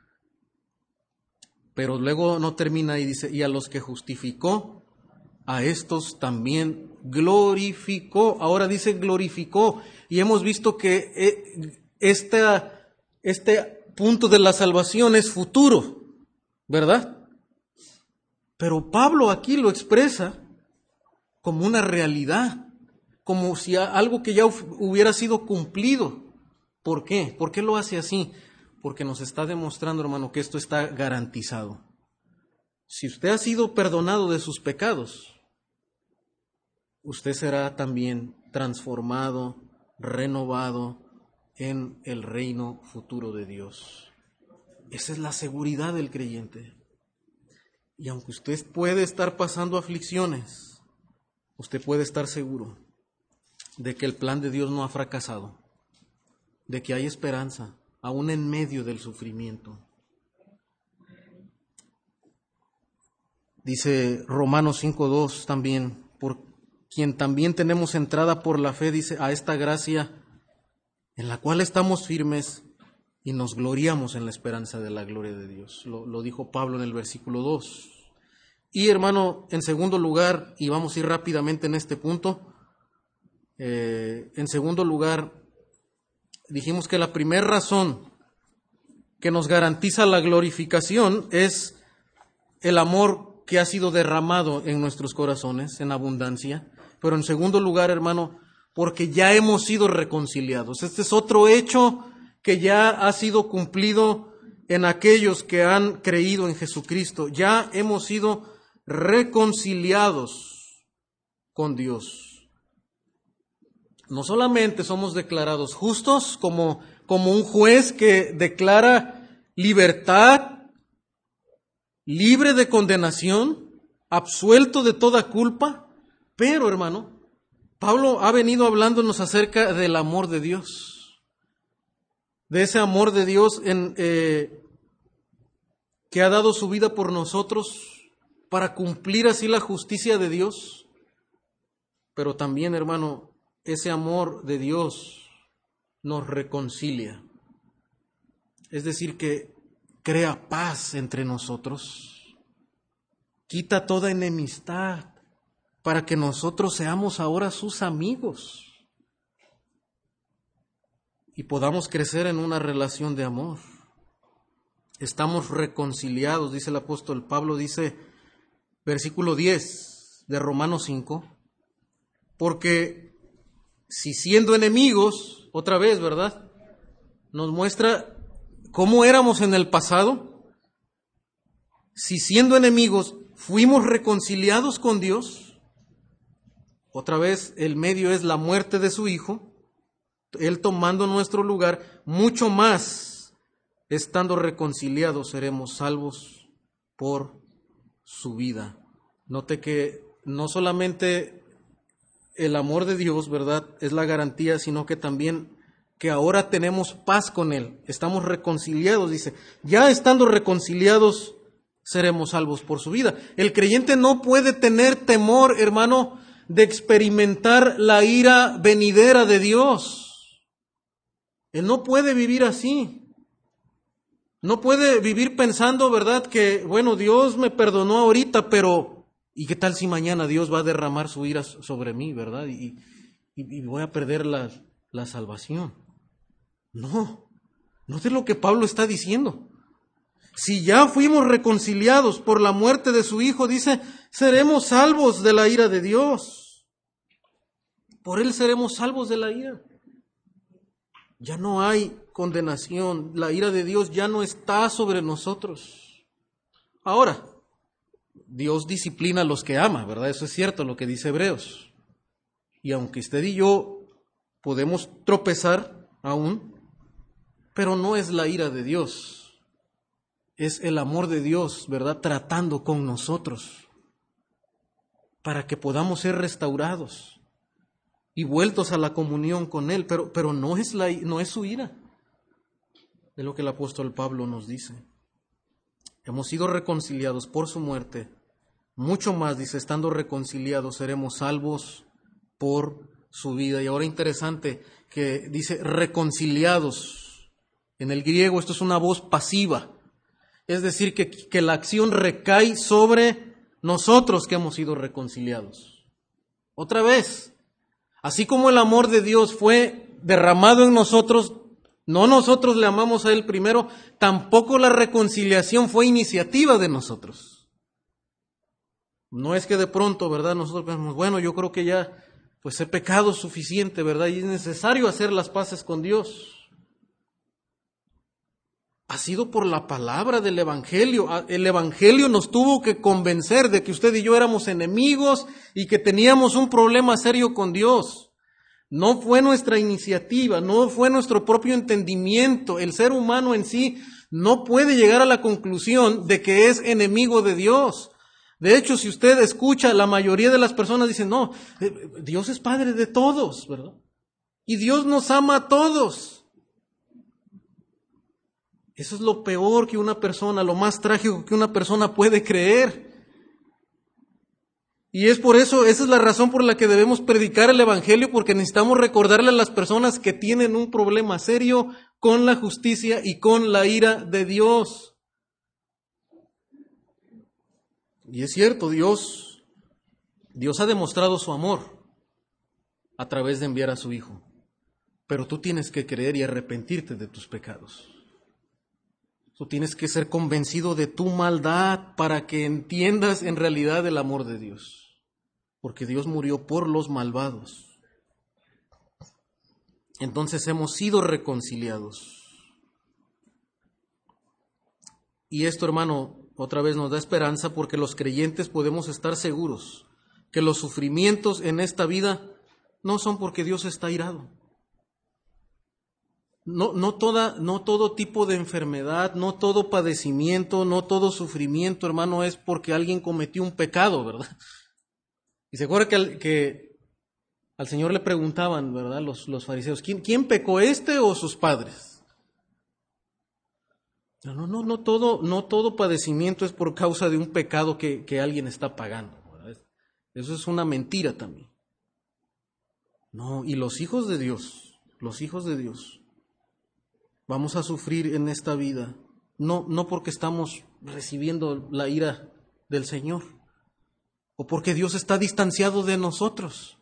Speaker 1: Pero luego no termina y dice, y a los que justificó, a estos también glorificó. Ahora dice glorificó, y hemos visto que este punto de la salvación es futuro, ¿verdad? Pero Pablo aquí lo expresa como una realidad, como si algo que ya hubiera sido cumplido. ¿Por qué? ¿Por qué lo hace así? Porque nos está demostrando, hermano, que esto está garantizado. Si usted ha sido perdonado de sus pecados, usted será también transformado, renovado en el reino futuro de Dios. Esa es la seguridad del creyente. Y aunque usted puede estar pasando aflicciones, usted puede estar seguro de que el plan de Dios no ha fracasado, de que hay esperanza, aún en medio del sufrimiento. Dice Romanos 5:2 también, por quien también tenemos entrada por la fe, dice, a esta gracia en la cual estamos firmes y nos gloriamos en la esperanza de la gloria de Dios. Lo dijo Pablo en el versículo 2. Y hermano, en segundo lugar, y vamos a ir rápidamente en este punto, en segundo lugar, dijimos que la primera razón que nos garantiza la glorificación es el amor que ha sido derramado en nuestros corazones en abundancia. Pero en segundo lugar, hermano, porque ya hemos sido reconciliados. Este es otro hecho que ya ha sido cumplido en aquellos que han creído en Jesucristo. Ya hemos sido reconciliados con Dios. No solamente somos declarados justos como un juez que declara libertad, libre de condenación, absuelto de toda culpa, pero hermano, Pablo ha venido hablándonos acerca del amor de Dios, de ese amor de Dios que ha dado su vida por nosotros para cumplir así la justicia de Dios, pero también, hermano, ese amor de Dios nos reconcilia. Es decir, que crea paz entre nosotros, quita toda enemistad para que nosotros seamos ahora sus amigos y podamos crecer en una relación de amor. Estamos reconciliados, dice el apóstol Pablo, dice versículo 10 de Romanos 5, porque si siendo enemigos, otra vez, ¿verdad? Nos muestra cómo éramos en el pasado. Si siendo enemigos fuimos reconciliados con Dios Otra vez, el medio es la muerte de su Hijo, Él tomando nuestro lugar, mucho más, estando reconciliados, seremos salvos por su vida. Note que no solamente el amor de Dios, ¿verdad?, es la garantía, sino que también que ahora tenemos paz con Él, estamos reconciliados, dice, ya estando reconciliados, seremos salvos por su vida. El creyente no puede tener temor, hermano, de experimentar la ira venidera de Dios. Él no puede vivir así. No puede vivir pensando, ¿verdad?, que, bueno, Dios me perdonó ahorita, pero ¿y qué tal si mañana Dios va a derramar su ira sobre mí, ¿verdad? Y voy a perder la salvación. No es lo que Pablo está diciendo. Si ya fuimos reconciliados por la muerte de su Hijo, dice, seremos salvos de la ira de Dios. Por Él seremos salvos de la ira. Ya no hay condenación, la ira de Dios ya no está sobre nosotros. Ahora, Dios disciplina a los que ama, ¿verdad? Eso es cierto, lo que dice Hebreos. Y aunque usted y yo podemos tropezar aún, pero no es la ira de Dios, es el amor de Dios, ¿verdad?, tratando con nosotros para que podamos ser restaurados y vueltos a la comunión con Él, pero no es su ira, es lo que el apóstol Pablo nos dice. Hemos sido reconciliados por su muerte, mucho más, dice, estando reconciliados seremos salvos por su vida. Y ahora interesante que dice reconciliados. En el griego esto es una voz pasiva, es decir, que la acción recae sobre nosotros que hemos sido reconciliados. Otra vez, así como el amor de Dios fue derramado en nosotros, no nosotros le amamos a Él primero, tampoco la reconciliación fue iniciativa de nosotros. No es que de pronto, ¿verdad?, nosotros pensamos, bueno, yo creo que ya pues he pecado suficiente, ¿verdad?, y es necesario hacer las paces con Dios. Ha sido por la palabra del Evangelio. El Evangelio nos tuvo que convencer de que usted y yo éramos enemigos y que teníamos un problema serio con Dios. No fue nuestra iniciativa, no fue nuestro propio entendimiento. El ser humano en sí no puede llegar a la conclusión de que es enemigo de Dios. De hecho, si usted escucha, la mayoría de las personas dicen, no, Dios es Padre de todos, ¿verdad? Y Dios nos ama a todos. Eso es lo peor que una persona, lo más trágico que una persona puede creer. Y es por eso, esa es la razón por la que debemos predicar el Evangelio, porque necesitamos recordarle a las personas que tienen un problema serio con la justicia y con la ira de Dios. Y es cierto, Dios ha demostrado su amor a través de enviar a su Hijo. Pero tú tienes que creer y arrepentirte de tus pecados. Tú tienes que ser convencido de tu maldad para que entiendas en realidad el amor de Dios. Porque Dios murió por los malvados. Entonces hemos sido reconciliados. Y esto, hermano, otra vez nos da esperanza porque los creyentes podemos estar seguros que los sufrimientos en esta vida no son porque Dios está airado. No todo tipo de enfermedad, no todo padecimiento, no todo sufrimiento, hermano, es porque alguien cometió un pecado, ¿verdad? Y se acuerda que al Señor le preguntaban, ¿verdad?, los fariseos, ¿quién pecó, este o sus padres? No todo padecimiento es por causa de un pecado que alguien está pagando, ¿verdad? Eso es una mentira también. No, y los hijos de Dios, vamos a sufrir en esta vida, no porque estamos recibiendo la ira del Señor, o porque Dios está distanciado de nosotros.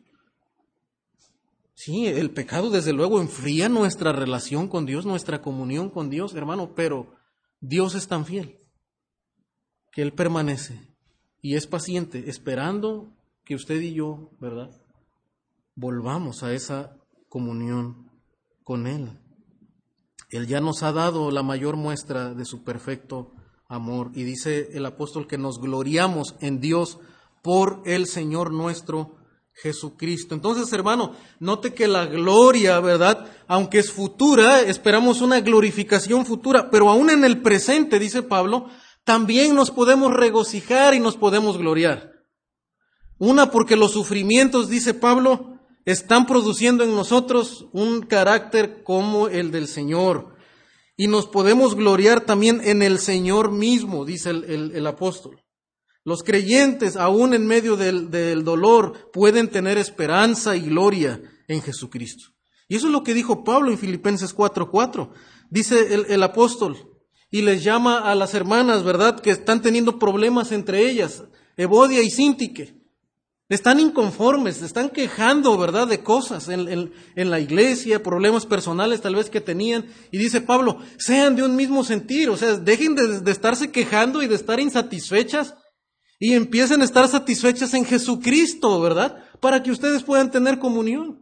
Speaker 1: Sí, el pecado desde luego enfría nuestra relación con Dios, nuestra comunión con Dios, hermano, pero Dios es tan fiel que Él permanece y es paciente, esperando que usted y yo, ¿verdad?, volvamos a esa comunión con Él. Él ya nos ha dado la mayor muestra de su perfecto amor. Y dice el apóstol que nos gloriamos en Dios por el Señor nuestro Jesucristo. Entonces, hermano, note que la gloria, ¿verdad? Aunque es futura, esperamos una glorificación futura, pero aún en el presente, dice Pablo, también nos podemos regocijar y nos podemos gloriar. Una, porque los sufrimientos, dice Pablo, están produciendo en nosotros un carácter como el del Señor. Y nos podemos gloriar también en el Señor mismo, dice el apóstol. Los creyentes, aún en medio del dolor, pueden tener esperanza y gloria en Jesucristo. Y eso es lo que dijo Pablo en Filipenses 4:4. Dice el apóstol, y les llama a las hermanas, ¿verdad?, que están teniendo problemas entre ellas, Evodia y Síntique. Están inconformes, se están quejando, ¿verdad?, de cosas en la iglesia, problemas personales tal vez que tenían. Y dice Pablo, sean de un mismo sentir, o sea, dejen de estarse quejando y de estar insatisfechas y empiecen a estar satisfechas en Jesucristo, ¿verdad?, para que ustedes puedan tener comunión.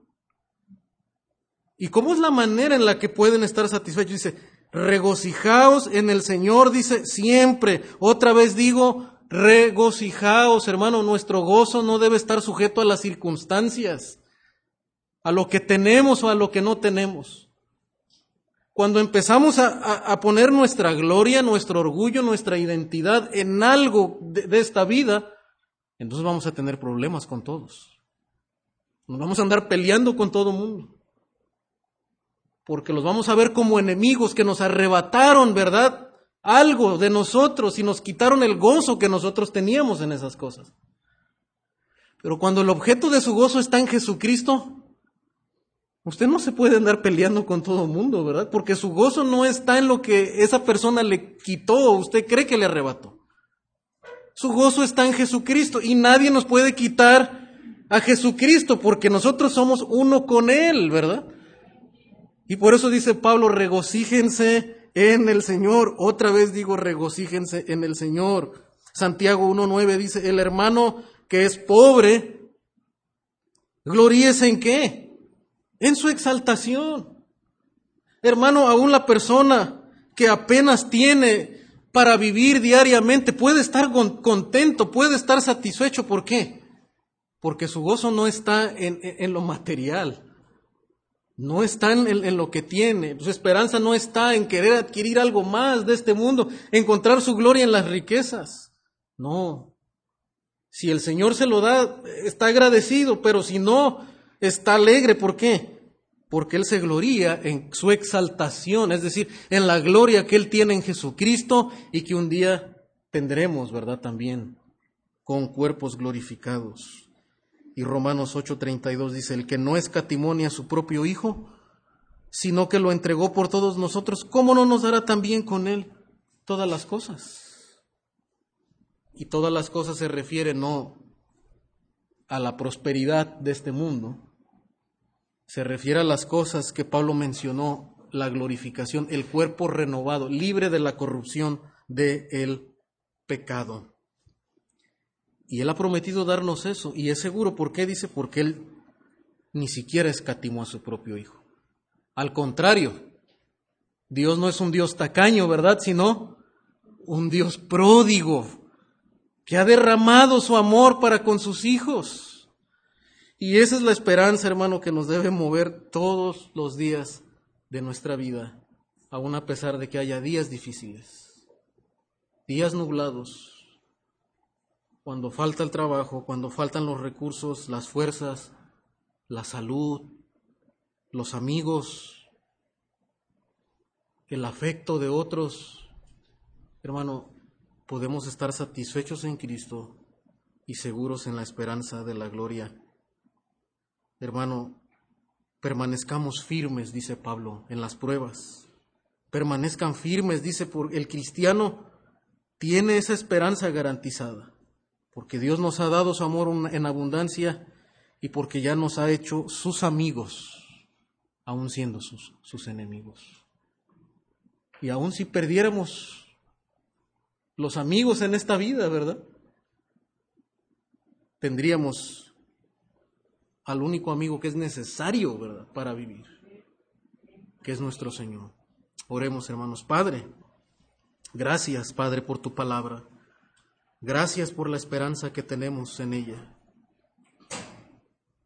Speaker 1: ¿Y cómo es la manera en la que pueden estar satisfechos? Dice, regocijaos en el Señor, dice, siempre. Otra vez digo, regocijaos, hermano. Nuestro gozo no debe estar sujeto a las circunstancias, a lo que tenemos o a lo que no tenemos. Cuando empezamos a poner nuestra gloria, nuestro orgullo, nuestra identidad en algo de esta vida, entonces vamos a tener problemas con todos. Nos vamos a andar peleando con todo el mundo. Porque los vamos a ver como enemigos que nos arrebataron, ¿verdad?, algo de nosotros y nos quitaron el gozo que nosotros teníamos en esas cosas. Pero cuando el objeto de su gozo está en Jesucristo, usted no se puede andar peleando con todo el mundo, ¿verdad? Porque su gozo no está en lo que esa persona le quitó o usted cree que le arrebató. Su gozo está en Jesucristo y nadie nos puede quitar a Jesucristo porque nosotros somos uno con Él, ¿verdad? Y por eso dice Pablo, regocíjense en el Señor. Otra vez digo, regocíjense en el Señor. Santiago 1:9 dice, el hermano que es pobre, gloríese ¿en qué? En su exaltación. Hermano, aún la persona que apenas tiene para vivir diariamente puede estar contento, puede estar satisfecho. ¿Por qué? Porque su gozo no está en lo material. No está en lo que tiene. Su esperanza no está en querer adquirir algo más de este mundo, encontrar su gloria en las riquezas. No. Si el Señor se lo da, está agradecido, pero si no, está alegre. ¿Por qué? Porque Él se gloría en su exaltación, es decir, en la gloria que Él tiene en Jesucristo y que un día tendremos, ¿verdad?, también con cuerpos glorificados. Y Romanos 8:32 dice, el que no escatimó a su propio Hijo, sino que lo entregó por todos nosotros, ¿cómo no nos dará también con Él todas las cosas? Y todas las cosas se refiere no a la prosperidad de este mundo, se refiere a las cosas que Pablo mencionó, la glorificación, el cuerpo renovado, libre de la corrupción del pecado. Y Él ha prometido darnos eso, y es seguro. ¿Por qué? Dice, porque Él ni siquiera escatimó a su propio Hijo. Al contrario, Dios no es un Dios tacaño, ¿verdad?, sino un Dios pródigo, que ha derramado su amor para con sus hijos. Y esa es la esperanza, hermano, que nos debe mover todos los días de nuestra vida, aun a pesar de que haya días difíciles, días nublados, cuando falta el trabajo, cuando faltan los recursos, las fuerzas, la salud, los amigos, el afecto de otros. Hermano, podemos estar satisfechos en Cristo y seguros en la esperanza de la gloria. Hermano, permanezcamos firmes, dice Pablo, en las pruebas. Permanezcan firmes, dice, porque el cristiano tiene esa esperanza garantizada. Porque Dios nos ha dado su amor en abundancia y porque ya nos ha hecho sus amigos, aun siendo sus enemigos. Y aun si perdiéramos los amigos en esta vida, ¿verdad?, tendríamos al único amigo que es necesario, ¿verdad?, para vivir, que es nuestro Señor. Oremos, hermanos. Padre, gracias, Padre, por tu palabra. Gracias por la esperanza que tenemos en ella.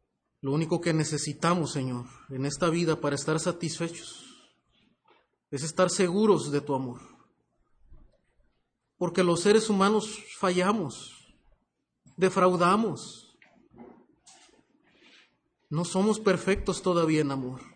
Speaker 1: Lo único que necesitamos, Señor, en esta vida para estar satisfechos es estar seguros de tu amor. Porque los seres humanos fallamos, defraudamos. No somos perfectos todavía en amor.